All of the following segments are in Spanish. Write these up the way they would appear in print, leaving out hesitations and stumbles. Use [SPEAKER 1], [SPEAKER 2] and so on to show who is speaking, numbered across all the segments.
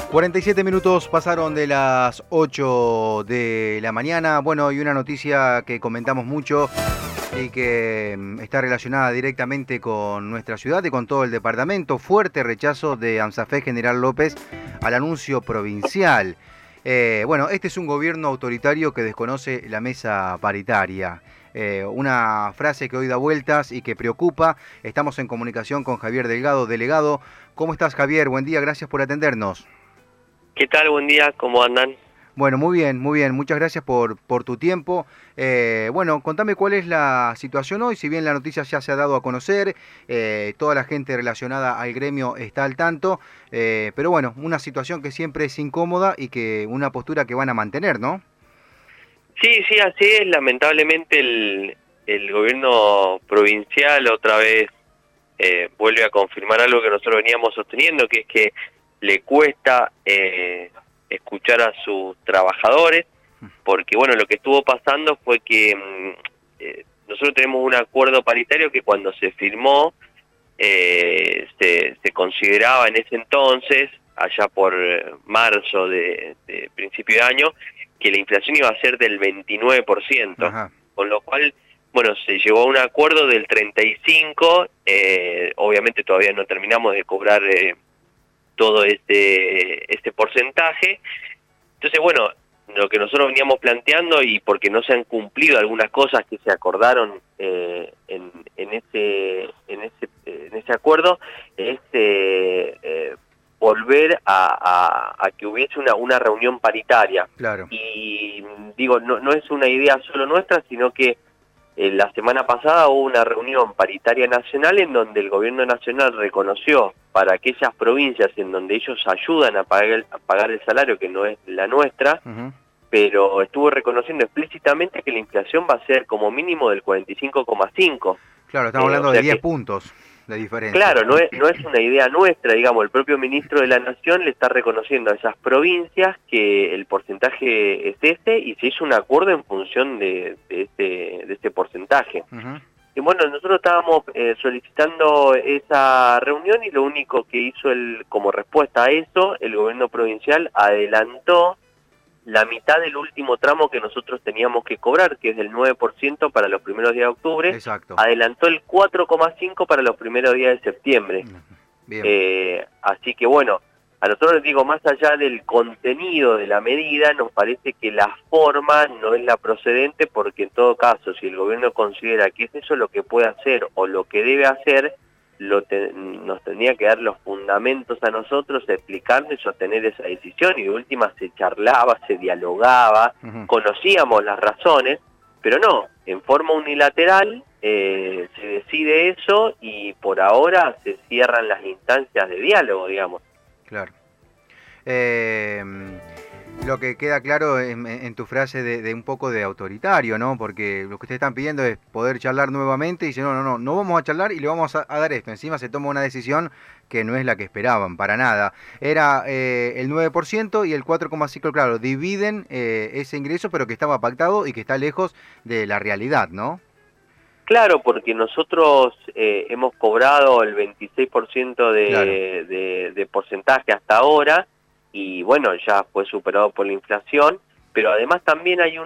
[SPEAKER 1] 47 minutos pasaron de las 8 de la mañana. Bueno, y una noticia que comentamos mucho y que está relacionada directamente con nuestra ciudad y con todo el departamento. Fuerte rechazo de AMSAFE General López al anuncio provincial. Bueno, este es un gobierno autoritario que desconoce la mesa paritaria. Una frase que hoy da vueltas y que preocupa. Estamos en comunicación con Javier Delgado, delegado. ¿Cómo estás, Javier? Buen día, gracias por atendernos.
[SPEAKER 2] ¿Qué tal? Buen día, ¿cómo andan?
[SPEAKER 1] Bueno, muy bien, muy bien. Muchas gracias por tu tiempo. Bueno, contame cuál es la situación hoy, si bien la noticia ya se ha dado a conocer, toda la gente relacionada al gremio está al tanto, pero bueno, una situación que siempre es incómoda y que una postura que van a mantener, ¿no?
[SPEAKER 2] Sí, así es. Lamentablemente el gobierno provincial otra vez vuelve a confirmar algo que nosotros veníamos sosteniendo, que es que le cuesta escuchar a sus trabajadores, porque bueno, lo que estuvo pasando fue que nosotros tenemos un acuerdo paritario que cuando se firmó se consideraba en ese entonces, allá por marzo de principio de año, que la inflación iba a ser del 29%,
[SPEAKER 1] Ajá.
[SPEAKER 2] con lo cual, bueno, se llegó a un acuerdo del 35%, obviamente todavía no terminamos de cobrar todo este porcentaje. Entonces, bueno, lo que nosotros veníamos planteando, y porque no se han cumplido algunas cosas que se acordaron en ese acuerdo, es volver a que hubiese una reunión paritaria.
[SPEAKER 1] Claro.
[SPEAKER 2] Y digo, no es una idea solo nuestra, sino que la semana pasada hubo una reunión paritaria nacional en donde el gobierno nacional reconoció para aquellas provincias en donde ellos ayudan a pagar el salario, que no es la nuestra, pero estuvo reconociendo explícitamente que la inflación va a ser como mínimo del 45,5.
[SPEAKER 1] Claro, estamos hablando de 10 puntos de diferencia.
[SPEAKER 2] Claro, no es una idea nuestra, digamos, el propio ministro de la Nación le está reconociendo a esas provincias que el porcentaje es este, y se hizo un acuerdo en función de este porcentaje. Y bueno, nosotros estábamos solicitando esa reunión, y lo único que hizo como respuesta a eso, el gobierno provincial adelantó la mitad del último tramo que nosotros teníamos que cobrar, que es del 9% para los primeros días de octubre.
[SPEAKER 1] Exacto.
[SPEAKER 2] Adelantó el 4,5% para los primeros días de septiembre.
[SPEAKER 1] Bien.
[SPEAKER 2] Así que bueno, a nosotros les digo, más allá del contenido de la medida, nos parece que la forma no es la procedente, porque en todo caso, si el gobierno considera que es eso lo que puede hacer o lo que debe hacer, nos tendría que dar los fundamentos a nosotros, explicarnos y sostener esa decisión, y de última se charlaba, se dialogaba, conocíamos las razones, pero no, en forma unilateral se decide eso, y por ahora se cierran las instancias de diálogo, digamos.
[SPEAKER 1] Claro. Lo que queda claro en tu frase de un poco de autoritario, ¿no? Porque lo que ustedes están pidiendo es poder charlar nuevamente, y dicen, no vamos a charlar y le vamos a dar esto. Encima se toma una decisión que no es la que esperaban, para nada. Era el 9% y el 4,5%, claro, dividen ese ingreso, pero que estaba pactado y que está lejos de la realidad, ¿no?
[SPEAKER 2] Claro, porque nosotros hemos cobrado el 26% de porcentaje hasta ahora, y bueno, ya fue superado por la inflación, pero además también hay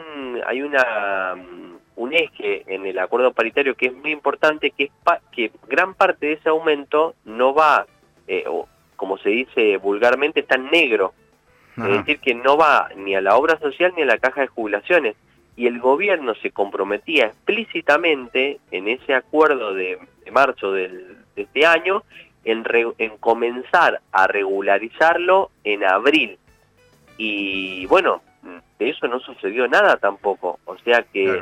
[SPEAKER 2] un eje en el acuerdo paritario que es muy importante, que es que gran parte de ese aumento no va, como se dice vulgarmente, está en negro. Es decir, que no va ni a la obra social ni a la caja de jubilaciones. Y el gobierno se comprometía explícitamente en ese acuerdo de marzo de este año en comenzar a regularizarlo en abril. Y bueno, de eso no sucedió nada tampoco. O sea que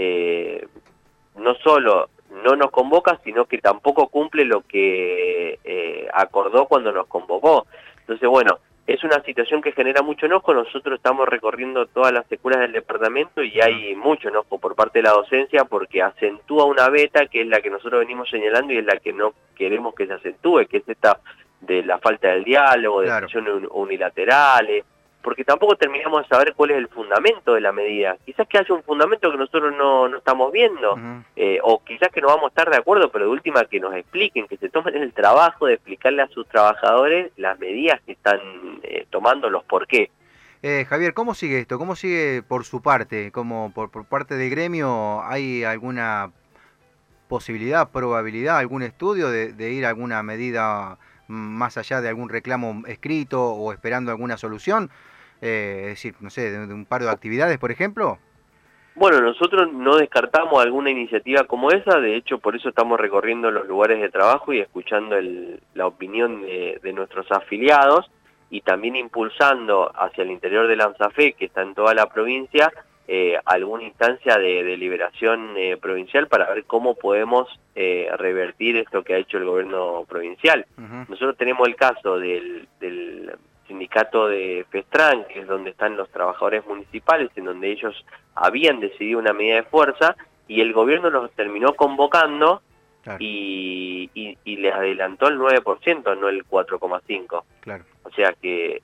[SPEAKER 2] no solo no nos convoca, sino que tampoco cumple lo que acordó cuando nos convocó. Entonces, bueno, es una situación que genera mucho enojo. Nosotros estamos recorriendo todas las escuelas del departamento y hay mucho enojo por parte de la docencia, porque acentúa una beta que es la que nosotros venimos señalando y es la que no queremos que se acentúe, que es esta de la falta del diálogo, de decisiones unilaterales, porque tampoco terminamos de saber cuál es el fundamento de la medida. Quizás que haya un fundamento que nosotros no estamos viendo, o quizás que no vamos a estar de acuerdo, pero de última que nos expliquen, que se tomen el trabajo de explicarle a sus trabajadores las medidas que están tomando, los por qué.
[SPEAKER 1] Javier, ¿cómo sigue esto? ¿Cómo sigue por su parte? ¿Como por parte del gremio hay alguna posibilidad, probabilidad, algún estudio de ir a alguna medida más allá de algún reclamo escrito o esperando alguna solución? Es decir, no sé, de un paro de actividades, por ejemplo.
[SPEAKER 2] Bueno, nosotros no descartamos alguna iniciativa como esa, de hecho por eso estamos recorriendo los lugares de trabajo y escuchando la opinión de nuestros afiliados, y también impulsando hacia el interior de la AMSAFE, que está en toda la provincia, alguna instancia de deliberación provincial para ver cómo podemos revertir esto que ha hecho el gobierno provincial. Nosotros tenemos el caso del sindicato de Festran, que es donde están los trabajadores municipales, en donde ellos habían decidido una medida de fuerza y el gobierno los terminó convocando. Claro. Y les adelantó el 9%, no el 4,5%. Claro. O sea que,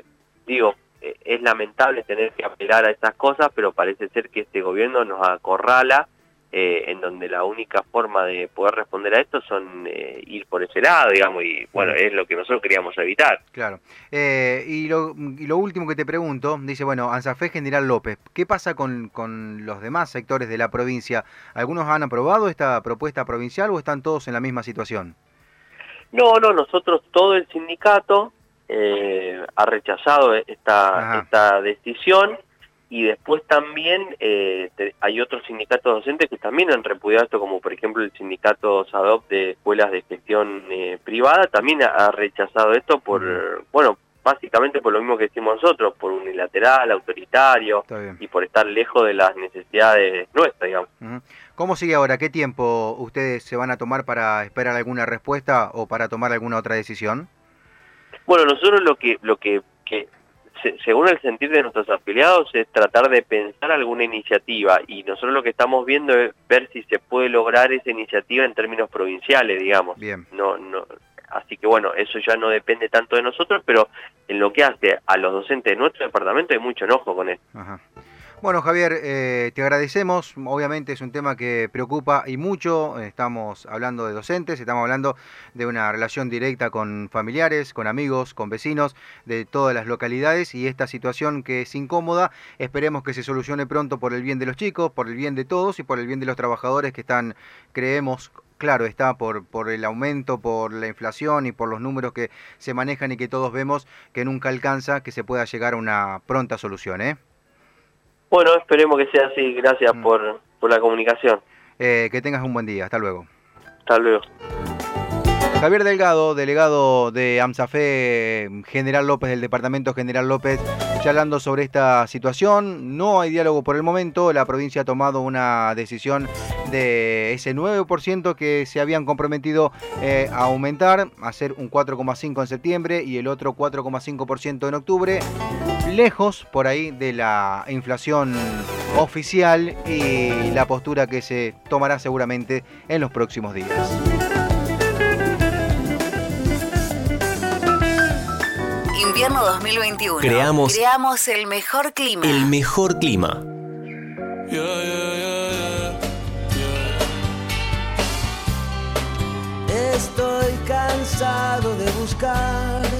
[SPEAKER 2] es lamentable tener que apelar a estas cosas, pero parece ser que este gobierno nos acorrala, en donde la única forma de poder responder a esto son ir por ese lado, digamos, y bueno, es lo que nosotros queríamos evitar.
[SPEAKER 1] Claro. Y lo último que te pregunto, dice, bueno, AMSAFE General López, ¿qué pasa con los demás sectores de la provincia? ¿Algunos han aprobado esta propuesta provincial o están todos en la misma situación? No,
[SPEAKER 2] nosotros, todo el sindicato ha rechazado esta decisión. Y después también hay otros sindicatos docentes que también han repudiado esto, como por ejemplo el sindicato SADOP de escuelas de gestión privada, también ha rechazado esto por, básicamente por lo mismo que decimos nosotros, por unilateral, autoritario, y por estar lejos de las necesidades nuestras, digamos.
[SPEAKER 1] ¿Cómo sigue ahora? ¿Qué tiempo ustedes se van a tomar para esperar alguna respuesta o para tomar alguna otra decisión?
[SPEAKER 2] Bueno, nosotros lo que según el sentir de nuestros afiliados, es tratar de pensar alguna iniciativa, y nosotros lo que estamos viendo es ver si se puede lograr esa iniciativa en términos provinciales, digamos. Bien. Así que bueno, eso ya no depende tanto de nosotros, pero en lo que hace a los docentes de nuestro departamento hay mucho enojo con esto.
[SPEAKER 1] Ajá. Bueno, Javier, te agradecemos. Obviamente es un tema que preocupa y mucho. Estamos hablando de docentes, estamos hablando de una relación directa con familiares, con amigos, con vecinos de todas las localidades, y esta situación que es incómoda, esperemos que se solucione pronto por el bien de los chicos, por el bien de todos y por el bien de los trabajadores que están, creemos, claro está, por el aumento, por la inflación y por los números que se manejan y que todos vemos que nunca alcanza, que se pueda llegar a una pronta solución, ¿eh?
[SPEAKER 2] Bueno, esperemos que sea así. Gracias por la comunicación.
[SPEAKER 1] Que tengas un buen día. Hasta luego.
[SPEAKER 2] Hasta luego.
[SPEAKER 1] Javier Delgado, delegado de AMSAFE General López, del Departamento General López, charlando sobre esta situación. No hay diálogo por el momento. La provincia ha tomado una decisión de ese 9% que se habían comprometido a aumentar, a hacer un 4,5% en septiembre y el otro 4,5% en octubre. Lejos por ahí de la inflación oficial y la postura que se tomará seguramente en los próximos días.
[SPEAKER 3] Invierno 2021. Creamos el mejor clima.
[SPEAKER 4] El mejor clima.
[SPEAKER 5] Estoy cansado de buscar